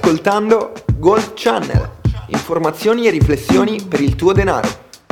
ascoltando Gold Channel, informazioni e riflessioni per il tuo denaro.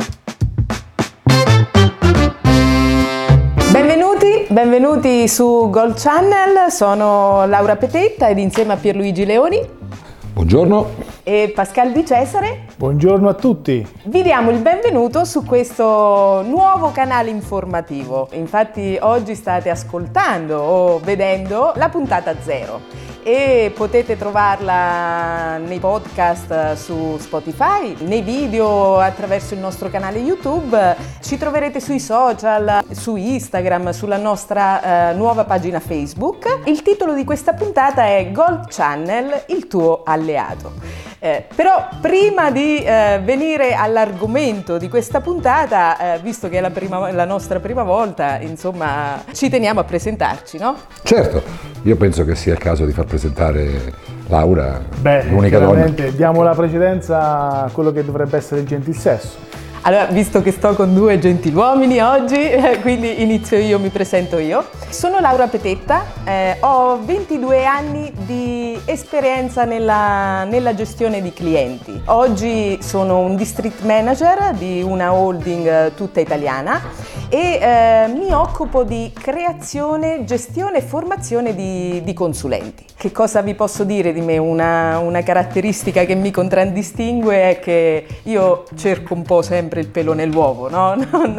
Benvenuti su Gold Channel, sono Laura Petetta ed insieme a Pierluigi Leoni. Buongiorno. E Pascal Di Cesare. Buongiorno a tutti. Vi diamo il benvenuto su questo nuovo canale informativo. Infatti oggi state ascoltando o vedendo la puntata 0 e potete trovarla nei podcast su Spotify, nei video attraverso il nostro canale YouTube, ci troverete sui social, su Instagram, sulla nostra nuova pagina Facebook. Il titolo di questa puntata è Gold Channel, il tuo alleato. Però prima di venire all'argomento di questa puntata, visto che è la nostra prima volta, insomma, ci teniamo a presentarci, no? Certo, io penso che sia il caso di far presentare Laura, l'unica donna. Diamo la precedenza a quello che dovrebbe essere il gentilsesso. Allora, visto che sto con due gentiluomini oggi, quindi inizio io, mi presento io. Sono Laura Petetta, ho 22 anni di esperienza nella gestione di clienti. Oggi sono un district manager di una holding tutta italiana e mi occupo di creazione, gestione e formazione di consulenti. Che cosa vi posso dire di me? Una caratteristica che mi contraddistingue è che io cerco un po' sempre il pelo nell'uovo, no?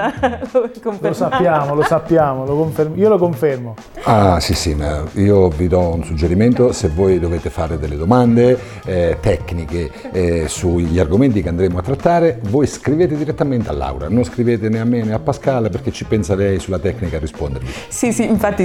Lo sappiamo, io lo confermo. Ah sì, ma io vi do un suggerimento: se voi dovete fare delle domande tecniche sugli argomenti che andremo a trattare, voi scrivete direttamente a Laura, non scrivete né a me né a Pascal, perché ci pensa lei sulla tecnica a rispondervi. Sì, infatti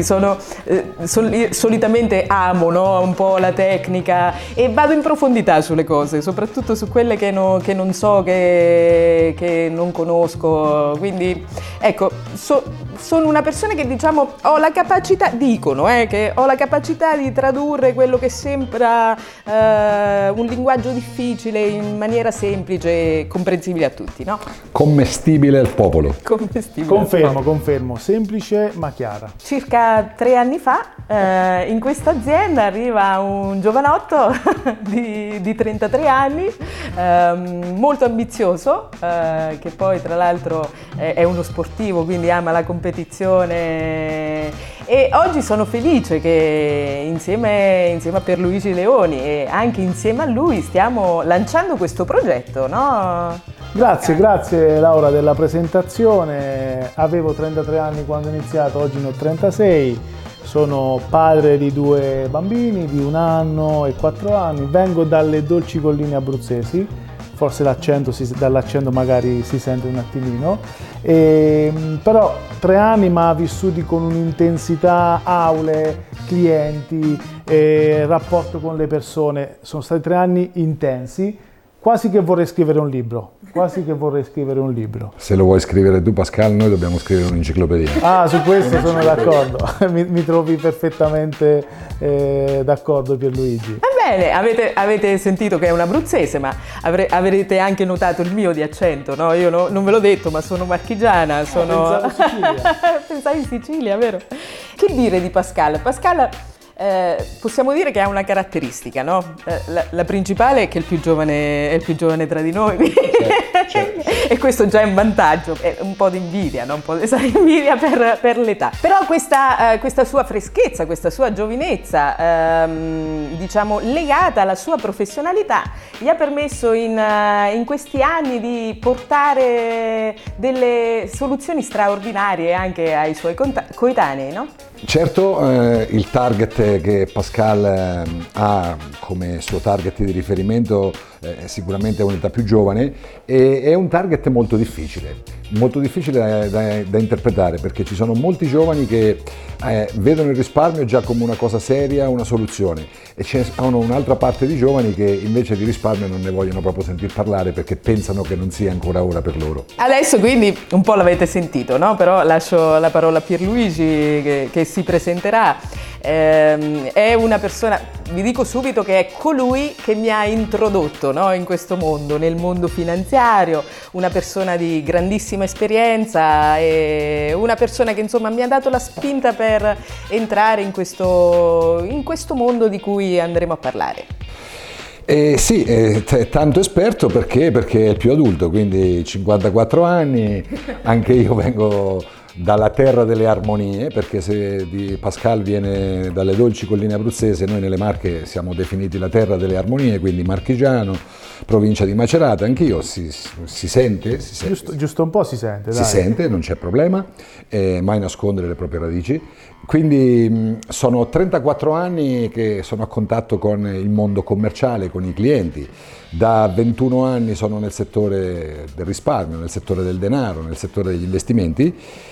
solitamente amo, no? Un po' la tecnica e vado in profondità sulle cose, soprattutto su quelle che non so, che non conosco, quindi ecco, sono una persona che diciamo ho la capacità, che ho la capacità di tradurre quello che sembra un linguaggio difficile in maniera semplice e comprensibile a tutti, no? Commestibile al popolo. Confermo, semplice ma chiara. Circa 3 anni fa in questa azienda arriva un giovanotto di 33 anni, molto ambizioso, che poi tra l'altro è uno sportivo, quindi ama la competizione, e oggi sono felice che insieme a Pierluigi Leoni e anche insieme a lui stiamo lanciando questo progetto, no? Grazie Laura della presentazione. Avevo 33 anni quando ho iniziato, oggi ne ho 36. Sono padre di 2 bambini di 1 anno e 4 anni. Vengo dalle dolci colline abruzzesi, forse dall'accento magari si sente un attimino, però 3 anni ma vissuti con un'intensità, aule, clienti, rapporto con le persone. Sono stati 3 anni intensi, quasi che vorrei scrivere un libro. Se lo vuoi scrivere tu, Pascal, noi dobbiamo scrivere un'enciclopedia. Su questo sono d'accordo. mi trovi perfettamente d'accordo, Pierluigi. Va bene, avete sentito che è un abruzzese, ma avrete anche notato il mio di accento, no? Io non ve l'ho detto, ma sono marchigiana, Pensavo Sicilia. Pensavi in Sicilia, vero? Che dire di Pascal? Pascal, possiamo dire che ha una caratteristica, no? La principale è che è il più giovane tra di noi, certo. E questo già è un vantaggio, è un po' di invidia, no? Un po' di invidia per l'età. Però questa sua freschezza, questa sua giovinezza, diciamo legata alla sua professionalità, gli ha permesso in questi anni di portare delle soluzioni straordinarie anche ai suoi coetanei, no? Certo, il target che Pascal ha come suo target di riferimento sicuramente è un'età più giovane e è un target molto difficile da interpretare, perché ci sono molti giovani che vedono il risparmio già come una cosa seria, una soluzione, e c'è un'altra parte di giovani che invece di risparmio non ne vogliono proprio sentir parlare perché pensano che non sia ancora ora per loro. Adesso quindi un po' l'avete sentito, no? Però lascio la parola a Pierluigi che si presenterà. È una persona, vi dico subito che è colui che mi ha introdotto, no, in questo mondo, nel mondo finanziario, una persona di grandissima esperienza e una persona che insomma mi ha dato la spinta per entrare in questo mondo di cui andremo a parlare. Sì, tanto esperto perché è il più adulto, quindi 54 anni, anche io vengo dalla terra delle armonie, perché se di Pascal viene dalle dolci colline abruzzesi, noi nelle Marche siamo definiti la terra delle armonie, quindi marchigiano, provincia di Macerata, anch'io si sente. Giusto un po' si sente, dai. Si sente, non c'è problema, mai nascondere le proprie radici. Quindi sono 34 anni che sono a contatto con il mondo commerciale, con i clienti. Da 21 anni sono nel settore del risparmio, nel settore del denaro, nel settore degli investimenti,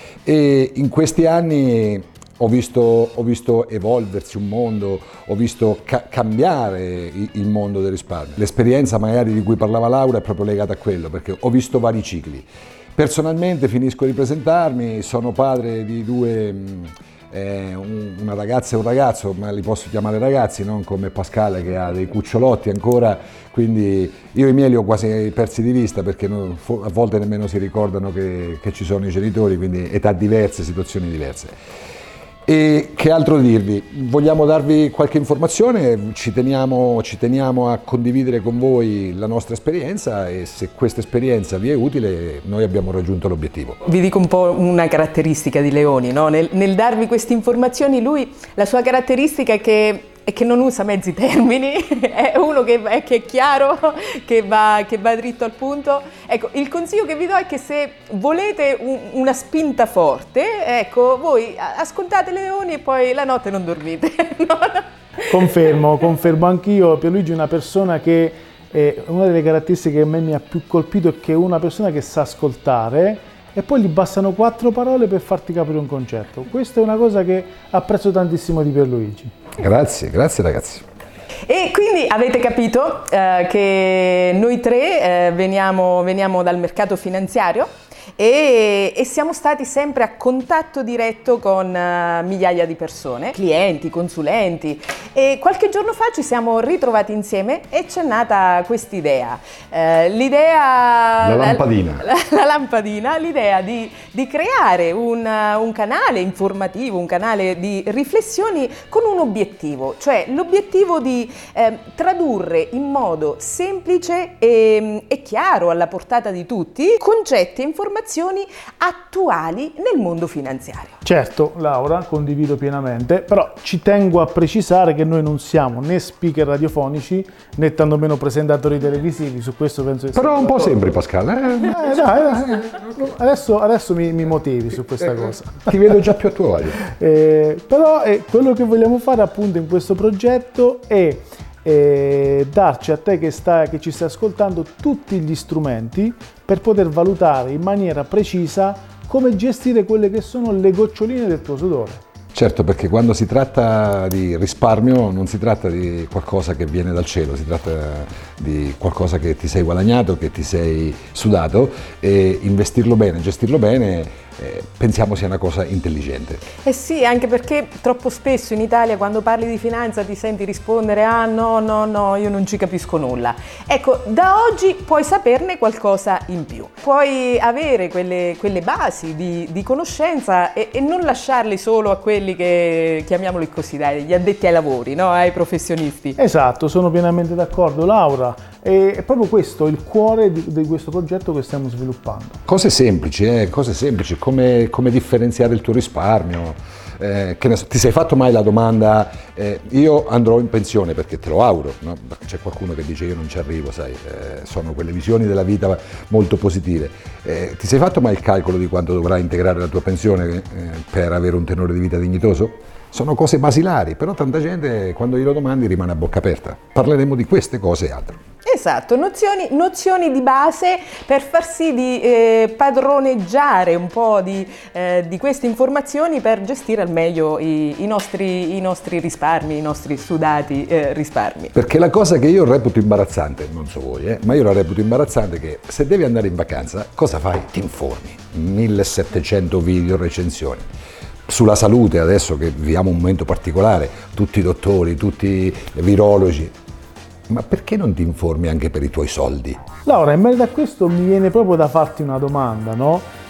e in questi anni ho visto evolversi un mondo, ho visto cambiare il mondo del risparmio. L'esperienza magari di cui parlava Laura è proprio legata a quello, perché ho visto vari cicli. Personalmente, finisco di presentarmi, sono padre di due, una ragazza e un ragazzo, ma li posso chiamare ragazzi, non come Pascal che ha dei cucciolotti ancora, quindi io i miei li ho quasi persi di vista, perché a volte nemmeno si ricordano che ci sono i genitori, quindi età diverse, situazioni diverse. E che altro dirvi? Vogliamo darvi qualche informazione, ci teniamo a condividere con voi la nostra esperienza, e se questa esperienza vi è utile noi abbiamo raggiunto l'obiettivo. Vi dico un po' una caratteristica di Leoni, no? Nel darvi queste informazioni, la sua caratteristica è che non usa mezzi termini, è uno che è chiaro, che va dritto al punto. Ecco, il consiglio che vi do è che se volete una spinta forte, ecco, voi ascoltate Leoni e poi la notte non dormite. No? Confermo anch'io. Pierluigi è una persona che, una delle caratteristiche che a me mi ha più colpito è che è una persona che sa ascoltare, e poi gli bastano 4 parole per farti capire un concetto. Questa è una cosa che apprezzo tantissimo di Pierluigi. Grazie ragazzi. E quindi avete capito che noi tre veniamo dal mercato finanziario e siamo stati sempre a contatto diretto con migliaia di persone, clienti, consulenti, e qualche giorno fa ci siamo ritrovati insieme e c'è nata quest'idea. La lampadina, l'idea di creare un canale informativo, un canale di riflessioni con un obiettivo, cioè l'obiettivo di tradurre in modo semplice e chiaro, alla portata di tutti, concetti e informazioni attuali nel mondo finanziario. Certo, Laura, condivido pienamente, però ci tengo a precisare che noi non siamo né speaker radiofonici né tantomeno presentatori televisivi, su questo penso che però un po' sembri, Pascal. Dai. Adesso mi motivi su questa cosa. Ti vedo già più a tuo agio. Però quello che vogliamo fare appunto in questo progetto è darci a te che ci stai ascoltando tutti gli strumenti per poter valutare in maniera precisa come gestire quelle che sono le goccioline del tuo sudore. Certo, perché quando si tratta di risparmio non si tratta di qualcosa che viene dal cielo, si tratta di qualcosa che ti sei guadagnato, che ti sei sudato, e investirlo bene, gestirlo bene, pensiamo sia una cosa intelligente. Eh sì, anche perché troppo spesso in Italia quando parli di finanza ti senti rispondere no, io non ci capisco nulla. Ecco, da oggi puoi saperne qualcosa in più, puoi avere quelle basi di conoscenza e non lasciarli solo a quelli che, chiamiamoli così, dai, gli addetti ai lavori, no? Ai professionisti. Esatto, sono pienamente d'accordo, Laura. È proprio questo il cuore di questo progetto che stiamo sviluppando. Cose semplici, come differenziare il tuo risparmio. Ti sei fatto mai la domanda, io andrò in pensione, perché te lo auguro, no? C'è qualcuno che dice io non ci arrivo, sai, sono quelle visioni della vita molto positive. Ti sei fatto mai il calcolo di quanto dovrai integrare la tua pensione per avere un tenore di vita dignitoso? Sono cose basilari, però tanta gente quando glielo domandi rimane a bocca aperta. Parleremo di queste cose e altro. Esatto, nozioni di base per far sì di padroneggiare un po' di queste informazioni per gestire al meglio i nostri risparmi, i nostri sudati risparmi. Perché la cosa che io reputo imbarazzante, non so voi, ma io la reputo imbarazzante, che se devi andare in vacanza, cosa fai? Ti informi. 1700 video, recensioni. Sulla salute, adesso che viviamo un momento particolare, tutti i dottori, tutti i virologi. Ma perché non ti informi anche per i tuoi soldi? Laura, in merito a questo mi viene proprio da farti una domanda, no?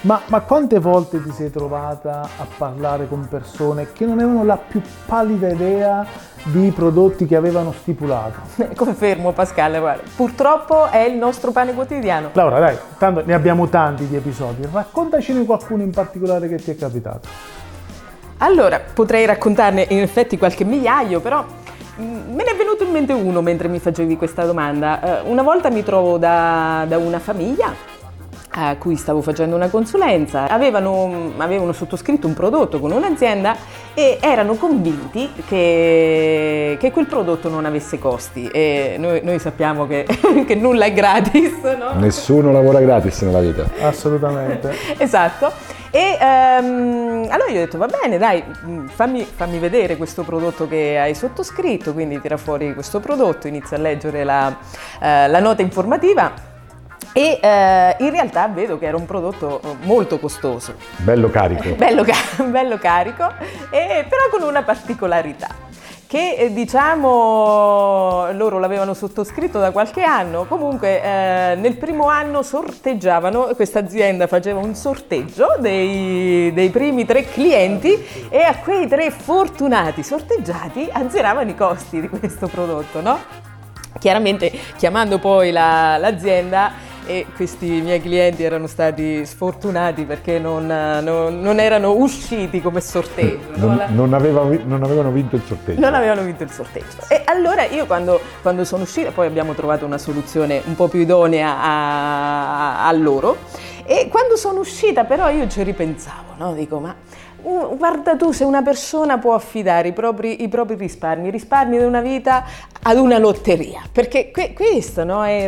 Ma quante volte ti sei trovata a parlare con persone che non avevano la più pallida idea di prodotti che avevano stipulato? Confermo Pascal, guarda, purtroppo è il nostro pane quotidiano. Laura, dai, tanto ne abbiamo tanti di episodi, raccontacene qualcuno in particolare che ti è capitato. Allora, potrei raccontarne in effetti qualche migliaio, però me ne è venuto in mente uno mentre mi facevi questa domanda. Una volta mi trovo da una famiglia a cui stavo facendo una consulenza, avevano sottoscritto un prodotto con un'azienda e erano convinti che quel prodotto non avesse costi, e noi sappiamo che nulla è gratis, no? Nessuno lavora gratis nella vita. Assolutamente. Esatto. E allora io ho detto, va bene, dai, fammi vedere questo prodotto che hai sottoscritto. Quindi tira fuori questo prodotto, inizia a leggere la nota informativa e in realtà vedo che era un prodotto molto costoso. Bello carico. Bello carico, però con una particolarità. Che diciamo loro l'avevano sottoscritto da qualche anno, comunque nel primo anno sorteggiavano, questa azienda faceva un sorteggio dei primi 3 clienti e a quei 3 fortunati sorteggiati azzeravano i costi di questo prodotto, no? Chiaramente chiamando poi l'azienda, e questi miei clienti erano stati sfortunati perché non erano usciti come sorteggio. Non avevano vinto il sorteggio. Non avevano vinto il sorteggio. E allora io quando sono uscita, poi abbiamo trovato una soluzione un po' più idonea a loro, e quando sono uscita però io ci ripensavo, no? Dico, ma guarda tu, se una persona può affidare i propri risparmi di una vita ad una lotteria, perché questo, no, è in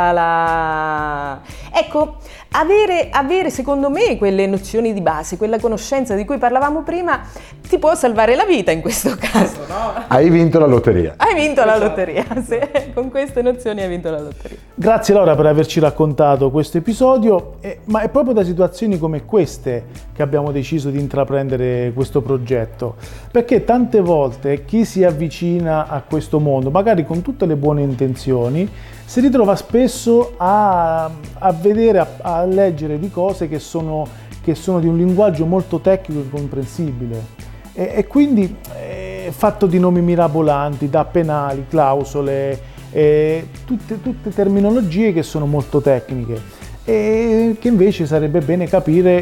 realtà Ecco, avere secondo me quelle nozioni di base, quella conoscenza di cui parlavamo prima, ti può salvare la vita in questo caso, no? Hai vinto la lotteria. Hai vinto la lotteria, sì. Con queste nozioni hai vinto la lotteria. Grazie Laura per averci raccontato questo episodio, ma è proprio da situazioni come queste che abbiamo deciso di intraprendere questo progetto, perché tante volte chi si avvicina a questo mondo, magari con tutte le buone intenzioni, si ritrova spesso a vedere, a leggere di cose che sono di un linguaggio molto tecnico e comprensibile, e quindi fatto di nomi mirabolanti, da penali, clausole, tutte terminologie che sono molto tecniche e che invece sarebbe bene capire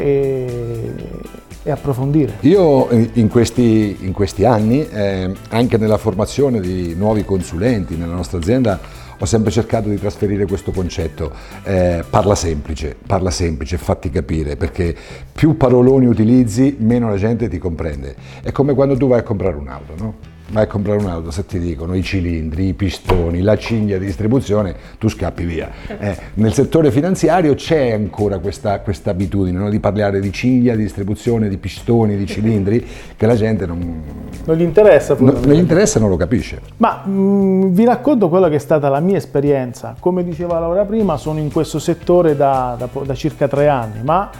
e approfondire. Io in questi anni, anche nella formazione di nuovi consulenti nella nostra azienda, ho sempre cercato di trasferire questo concetto. Parla semplice, fatti capire, perché più paroloni utilizzi, meno la gente ti comprende. È come quando tu vai a comprare un'auto, no? Vai a comprare un'auto, se ti dicono i cilindri, i pistoni, la cinghia di distribuzione, tu scappi via. Nel settore finanziario c'è ancora questa abitudine, no? Di parlare di cinghia di distribuzione, di pistoni, di cilindri, che la gente non gli interessa. Non gli interessa, non lo capisce. Ma vi racconto quella che è stata la mia esperienza. Come diceva Laura prima, sono in questo settore da circa 3 anni, ma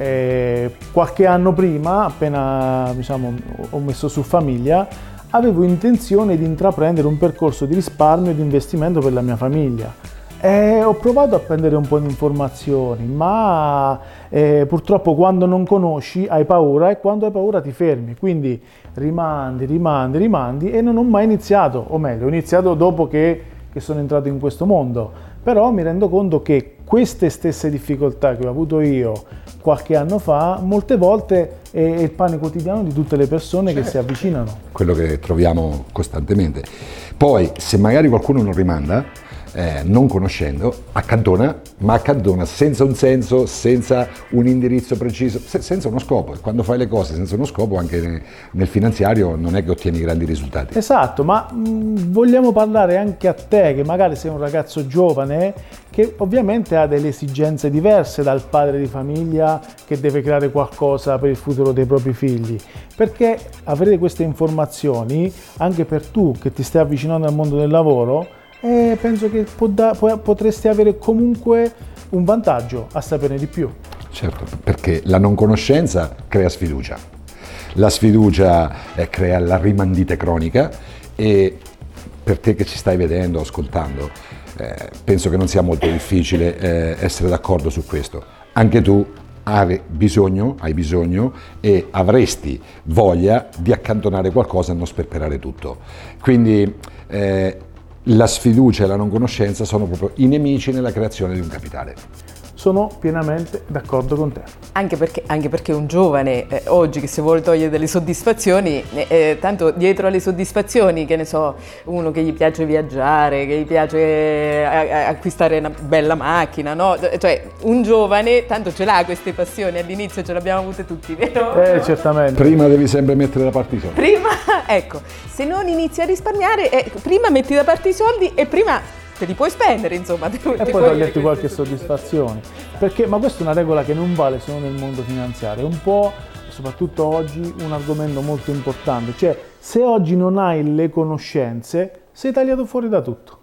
qualche anno prima, appena ho messo su famiglia, avevo intenzione di intraprendere un percorso di risparmio e di investimento per la mia famiglia. Ho provato a prendere un po' di informazioni, ma purtroppo quando non conosci hai paura, e quando hai paura ti fermi, quindi rimandi e non ho mai iniziato, o meglio, ho iniziato dopo che sono entrato in questo mondo, però mi rendo conto che queste stesse difficoltà che ho avuto io qualche anno fa, molte volte è il pane quotidiano di tutte le persone che si avvicinano. Quello che troviamo costantemente. Poi, se magari qualcuno non rimanda, non conoscendo, accantona senza un senso, senza un indirizzo preciso, senza uno scopo. E quando fai le cose senza uno scopo, anche nel finanziario, non è che ottieni grandi risultati. Esatto, ma vogliamo parlare anche a te, che magari sei un ragazzo giovane, che ovviamente ha delle esigenze diverse dal padre di famiglia che deve creare qualcosa per il futuro dei propri figli, perché avere queste informazioni, anche per tu che ti stai avvicinando al mondo del lavoro, penso che potresti avere comunque un vantaggio a saperne di più. Certo, perché la non conoscenza crea sfiducia. La sfiducia crea la rimandite cronica, e per te che ci stai vedendo, ascoltando, penso che non sia molto difficile essere d'accordo su questo. Anche tu hai bisogno e avresti voglia di accantonare qualcosa e non sperperare tutto. Quindi la sfiducia e la non conoscenza sono proprio i nemici nella creazione di un capitale. Sono pienamente d'accordo con te. Anche perché un giovane oggi che si vuole togliere delle soddisfazioni, tanto dietro alle soddisfazioni, che ne so, uno che gli piace viaggiare, che gli piace acquistare una bella macchina, no? Cioè un giovane tanto ce l'ha queste passioni, all'inizio ce l'abbiamo avute tutti, vero? Certamente. Prima devi sempre mettere da parte i soldi. Prima, ecco, se non inizi a risparmiare, prima metti da parte i soldi e prima te li puoi spendere, insomma. E poi toglierti qualche soddisfazione. Ma questa è una regola che non vale solo nel mondo finanziario, è un po', soprattutto oggi, un argomento molto importante. Cioè, se oggi non hai le conoscenze, sei tagliato fuori da tutto.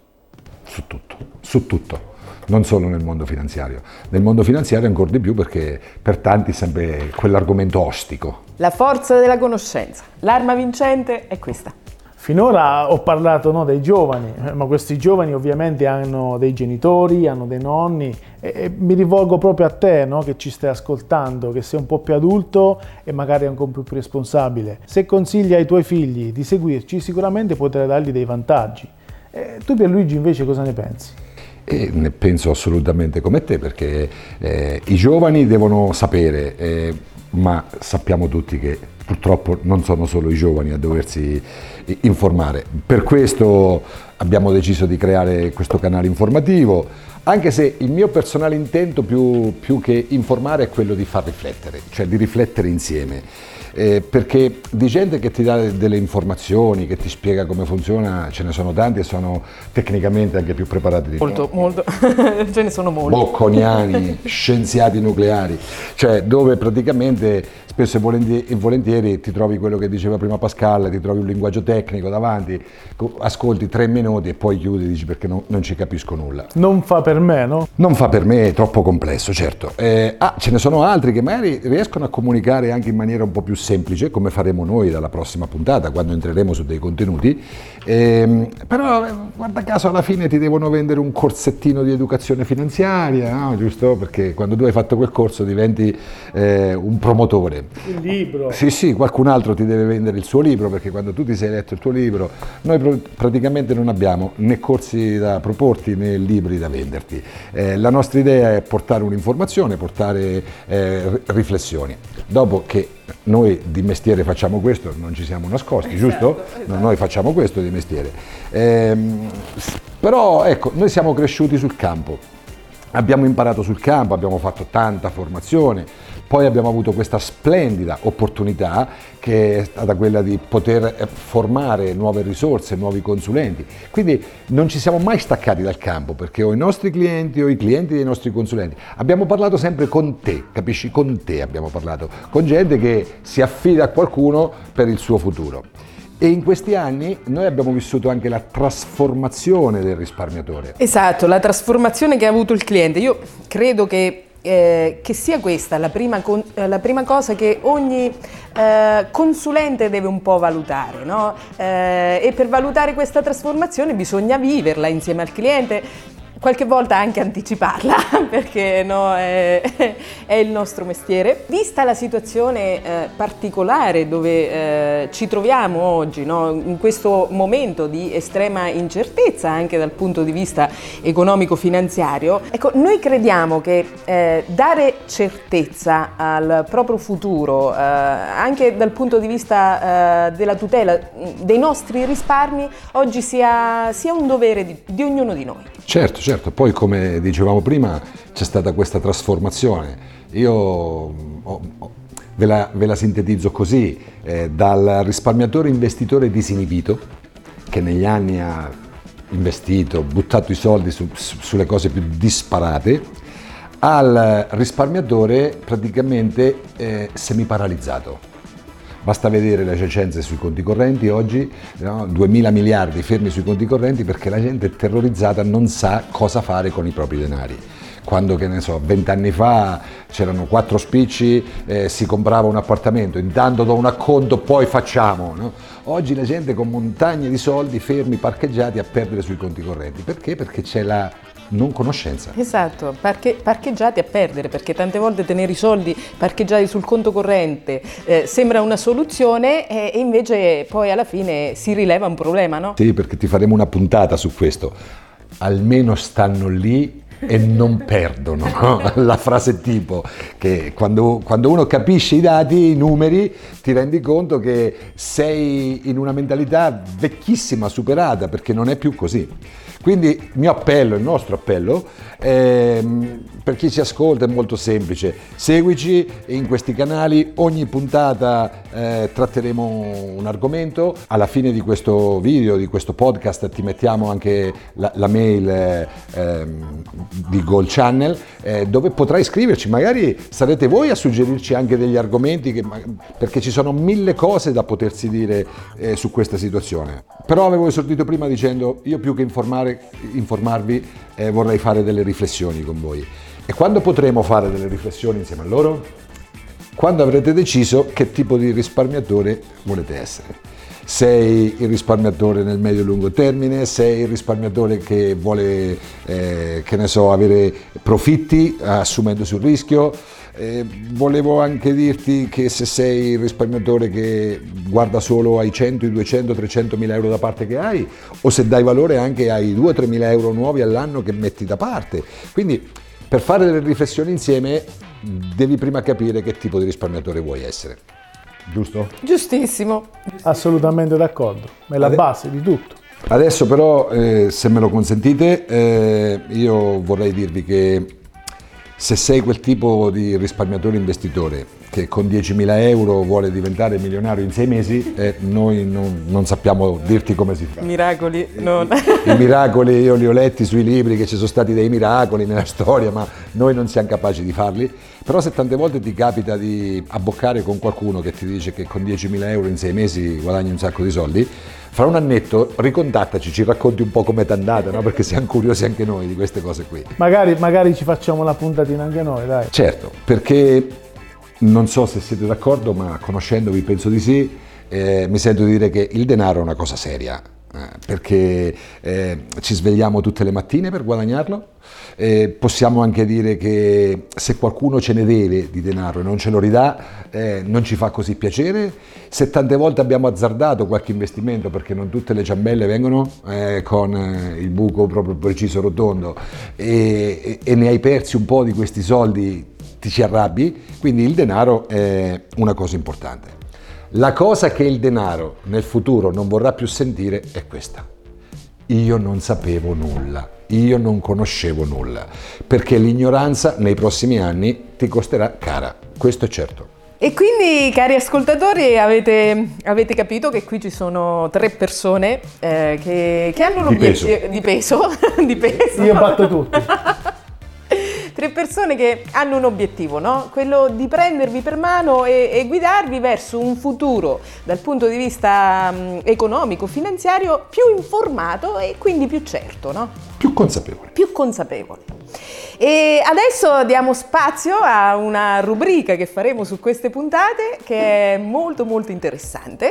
Su tutto. Non solo nel mondo finanziario. Nel mondo finanziario ancora di più, perché per tanti è sempre quell'argomento ostico. La forza della conoscenza. L'arma vincente è questa. Finora ho parlato dei giovani, ma questi giovani ovviamente hanno dei genitori, hanno dei nonni e mi rivolgo proprio a te, che ci stai ascoltando, che sei un po' più adulto e magari anche un po' più responsabile. Se consigli ai tuoi figli di seguirci, sicuramente potrai dargli dei vantaggi. Tu Pierluigi invece cosa ne pensi? E ne penso assolutamente come te, perché i giovani devono sapere, ma sappiamo tutti che purtroppo non sono solo i giovani a doversi informare. Per questo abbiamo deciso di creare questo canale informativo, anche se il mio personale intento più che informare è quello di far riflettere, cioè di riflettere insieme. Perché di gente che ti dà delle informazioni, che ti spiega come funziona, ce ne sono tanti e sono tecnicamente anche più preparati di noi. Molto, ce ne sono molti. Bocconiani, scienziati nucleari, cioè dove praticamente spesso e volentieri ti trovi quello che diceva prima Pascal, ti trovi un linguaggio tecnico davanti, ascolti 3 minuti e poi chiudi, dici perché non ci capisco nulla. Non fa per me, no? Non fa per me, è troppo complesso, certo. Ce ne sono altri che magari riescono a comunicare anche in maniera un po' più semplice, come faremo noi dalla prossima puntata, quando entreremo su dei contenuti, però guarda caso alla fine ti devono vendere un corsettino di educazione finanziaria, no? Giusto? Perché quando tu hai fatto quel corso diventi un promotore. Il libro. Sì, qualcun altro ti deve vendere il suo libro, perché quando tu ti sei letto il tuo libro, noi praticamente non abbiamo né corsi da proporti né libri da venderti. La nostra idea è portare un'informazione, portare riflessioni. Dopo che noi di mestiere facciamo questo, non ci siamo nascosti, giusto? Esatto. Noi facciamo questo di mestiere. Però ecco, noi siamo cresciuti sul campo, abbiamo imparato sul campo, abbiamo fatto tanta formazione, poi abbiamo avuto questa splendida opportunità che è stata quella di poter formare nuove risorse, nuovi consulenti. Quindi non ci siamo mai staccati dal campo, perché o i nostri clienti o i clienti dei nostri consulenti. Abbiamo parlato sempre con te, capisci? Con te abbiamo parlato, con gente che si affida a qualcuno per il suo futuro. E in questi anni noi abbiamo vissuto anche la trasformazione del risparmiatore. Esatto, la trasformazione che ha avuto il cliente. Io credo che sia questa la prima cosa che ogni consulente deve un po' valutare, no? E per valutare questa trasformazione bisogna viverla insieme al cliente, qualche volta anche anticiparla, perché è il nostro mestiere. Vista la situazione particolare dove ci troviamo oggi, no? In questo momento di estrema incertezza anche dal punto di vista economico-finanziario, ecco, noi crediamo che dare certezza al proprio futuro, anche dal punto di vista della tutela dei nostri risparmi, oggi sia un dovere di ognuno di noi. Certo, poi come dicevamo prima c'è stata questa trasformazione. Io ve la sintetizzo così, dal risparmiatore investitore disinibito, che negli anni ha investito, buttato i soldi sulle cose più disparate, al risparmiatore praticamente semiparalizzato. Basta vedere le giacenze sui conti correnti oggi, no? 2.000 miliardi fermi sui conti correnti perché la gente è terrorizzata, non sa cosa fare con i propri denari. Quando, che ne so, 20 anni fa c'erano 4 spicci, si comprava un appartamento, intanto do un acconto, poi facciamo. No? Oggi la gente con montagne di soldi fermi, parcheggiati a perdere sui conti correnti. Perché? Perché c'è la non conoscenza. Esatto, parcheggiati a perdere, perché tante volte tenere i soldi parcheggiati sul conto corrente sembra una soluzione e invece poi alla fine si rileva un problema, no? Sì, perché ti faremo una puntata su questo. Almeno stanno lì e non perdono, no? La frase tipo che quando uno capisce i dati, i numeri, ti rendi conto che sei in una mentalità vecchissima, superata, perché non è più così. Quindi il mio appello, il nostro appello, per chi ci ascolta è molto semplice: seguici in questi canali, ogni puntata tratteremo un argomento, alla fine di questo video, di questo podcast ti mettiamo anche la mail di Gold Channel, dove potrai scriverci, magari sarete voi a suggerirci anche degli argomenti, perché ci sono 1000 cose da potersi dire su questa situazione. Però avevo esordito prima dicendo, io più che informarvi vorrei fare delle riflessioni con voi. E quando potremo fare delle riflessioni insieme a loro? Quando avrete deciso che tipo di risparmiatore volete essere. Sei il risparmiatore nel medio e lungo termine, sei il risparmiatore che vuole, avere profitti assumendosi un rischio. Volevo anche dirti che se sei il risparmiatore che guarda solo ai 100, i 200, 300 mila euro da parte che hai, o se dai valore anche ai 2-3 mila euro nuovi all'anno che metti da parte. Quindi per fare delle riflessioni insieme devi prima capire che tipo di risparmiatore vuoi essere. Giusto? Giustissimo. Assolutamente d'accordo, è la base di tutto. Adesso però, se me lo consentite, io vorrei dirvi che se sei quel tipo di risparmiatore investitore che con 10.000 euro vuole diventare milionario in 6 mesi, noi non sappiamo dirti come si fa. Miracoli, non. I miracoli io li ho letti sui libri, che ci sono stati dei miracoli nella storia, ma noi non siamo capaci di farli. Però se tante volte ti capita di abboccare con qualcuno che ti dice che con 10.000 euro in 6 mesi guadagni un sacco di soldi, fra un annetto ricontattaci, ci racconti un po' come t'è andata, no? Perché siamo curiosi anche noi di queste cose qui. Magari ci facciamo una puntatina anche noi, dai. Certo, perché non so se siete d'accordo, ma conoscendovi penso di sì, mi sento di dire che il denaro è una cosa seria, perché ci svegliamo tutte le mattine per guadagnarlo. Possiamo anche dire che se qualcuno ce ne deve di denaro e non ce lo ridà, non ci fa così piacere. Se tante volte abbiamo azzardato qualche investimento, perché non tutte le ciambelle vengono con il buco proprio preciso rotondo, e ne hai persi un po' di questi soldi, ti ci arrabbi. Quindi il denaro è una cosa importante. La cosa che il denaro nel futuro non vorrà più sentire è questa: io non sapevo nulla, io non conoscevo nulla, perché l'ignoranza nei prossimi anni ti costerà cara, questo è certo. E quindi, cari ascoltatori, avete capito che qui ci sono 3 persone che hanno l'obiettivo di peso. Io batto tutti. 3 persone che hanno un obiettivo, no? Quello di prendervi per mano e guidarvi verso un futuro dal punto di vista economico, finanziario, più informato e quindi più certo, no? Più consapevole. Più consapevole. E adesso diamo spazio a una rubrica che faremo su queste puntate, che è molto molto interessante,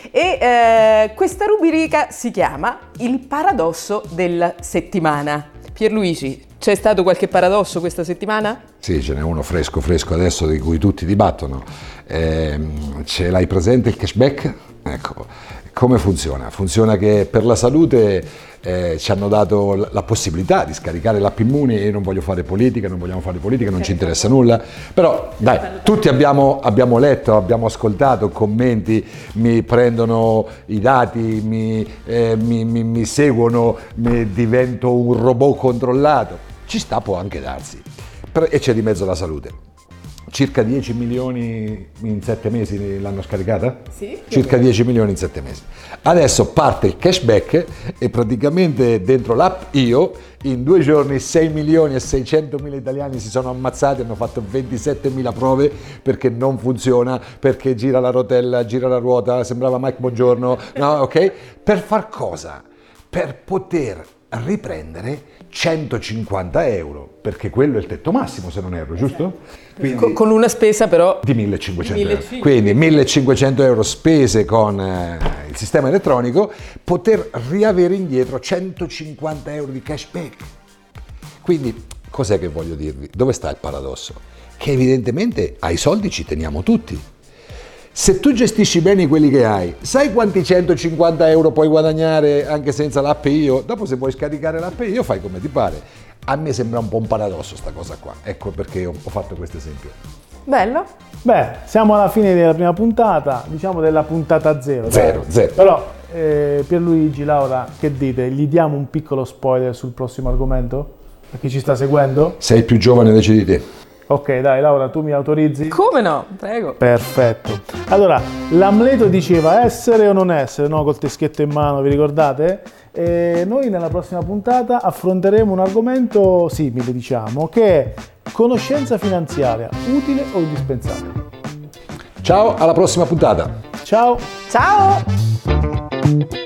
e questa rubrica si chiama Il paradosso della settimana. Pierluigi, c'è stato qualche paradosso questa settimana? Sì, ce n'è uno fresco adesso di cui tutti dibattono. Ce l'hai presente il cashback? Ecco, come funziona? Funziona che per la salute ci hanno dato la possibilità di scaricare l'app Immuni. Io non voglio fare politica, non vogliamo fare politica, non ci interessa nulla, però dai, tutti abbiamo letto, abbiamo ascoltato commenti, mi prendono i dati, mi seguono, divento un robot controllato. Ci sta, può anche darsi, e c'è di mezzo la salute. Circa 10 milioni in 7 mesi l'hanno scaricata? Sì. Circa 10 milioni in 7 mesi. Adesso parte il cashback e praticamente dentro l'app in 2 giorni 6 milioni e 600 mila italiani si sono ammazzati, hanno fatto 27 mila prove perché non funziona, perché gira la rotella, gira la ruota, sembrava Mike Buongiorno, no, ok? Per far cosa? Per poter riprendere 150 euro, perché quello è il tetto massimo, se non erro, giusto? Quindi, con una spesa però di 1.500 euro. Quindi 1.500 euro spese con il sistema elettronico, poter riavere indietro 150 euro di cashback. Quindi cos'è che voglio dirvi? Dove sta il paradosso? Che evidentemente ai soldi ci teniamo tutti. Se tu gestisci bene quelli che hai, sai quanti 150 euro puoi guadagnare anche senza l'app Io? Dopo se vuoi scaricare l'app Io fai come ti pare. A me sembra un po' un paradosso sta cosa qua, ecco perché ho fatto questo esempio. Bello? Beh, siamo alla fine della prima puntata, diciamo della puntata 0. Zero. Però Pierluigi, Laura, che dite? Gli diamo un piccolo spoiler sul prossimo argomento? Per chi ci sta seguendo? Sei più giovane, decidi te. Ok, dai Laura, tu mi autorizzi? Come no? Prego. Perfetto. Allora, l'Amleto diceva essere o non essere, no? Col teschetto in mano, vi ricordate? E noi nella prossima puntata affronteremo un argomento simile, diciamo, che è conoscenza finanziaria, utile o indispensabile? Ciao, alla prossima puntata. Ciao! Ciao!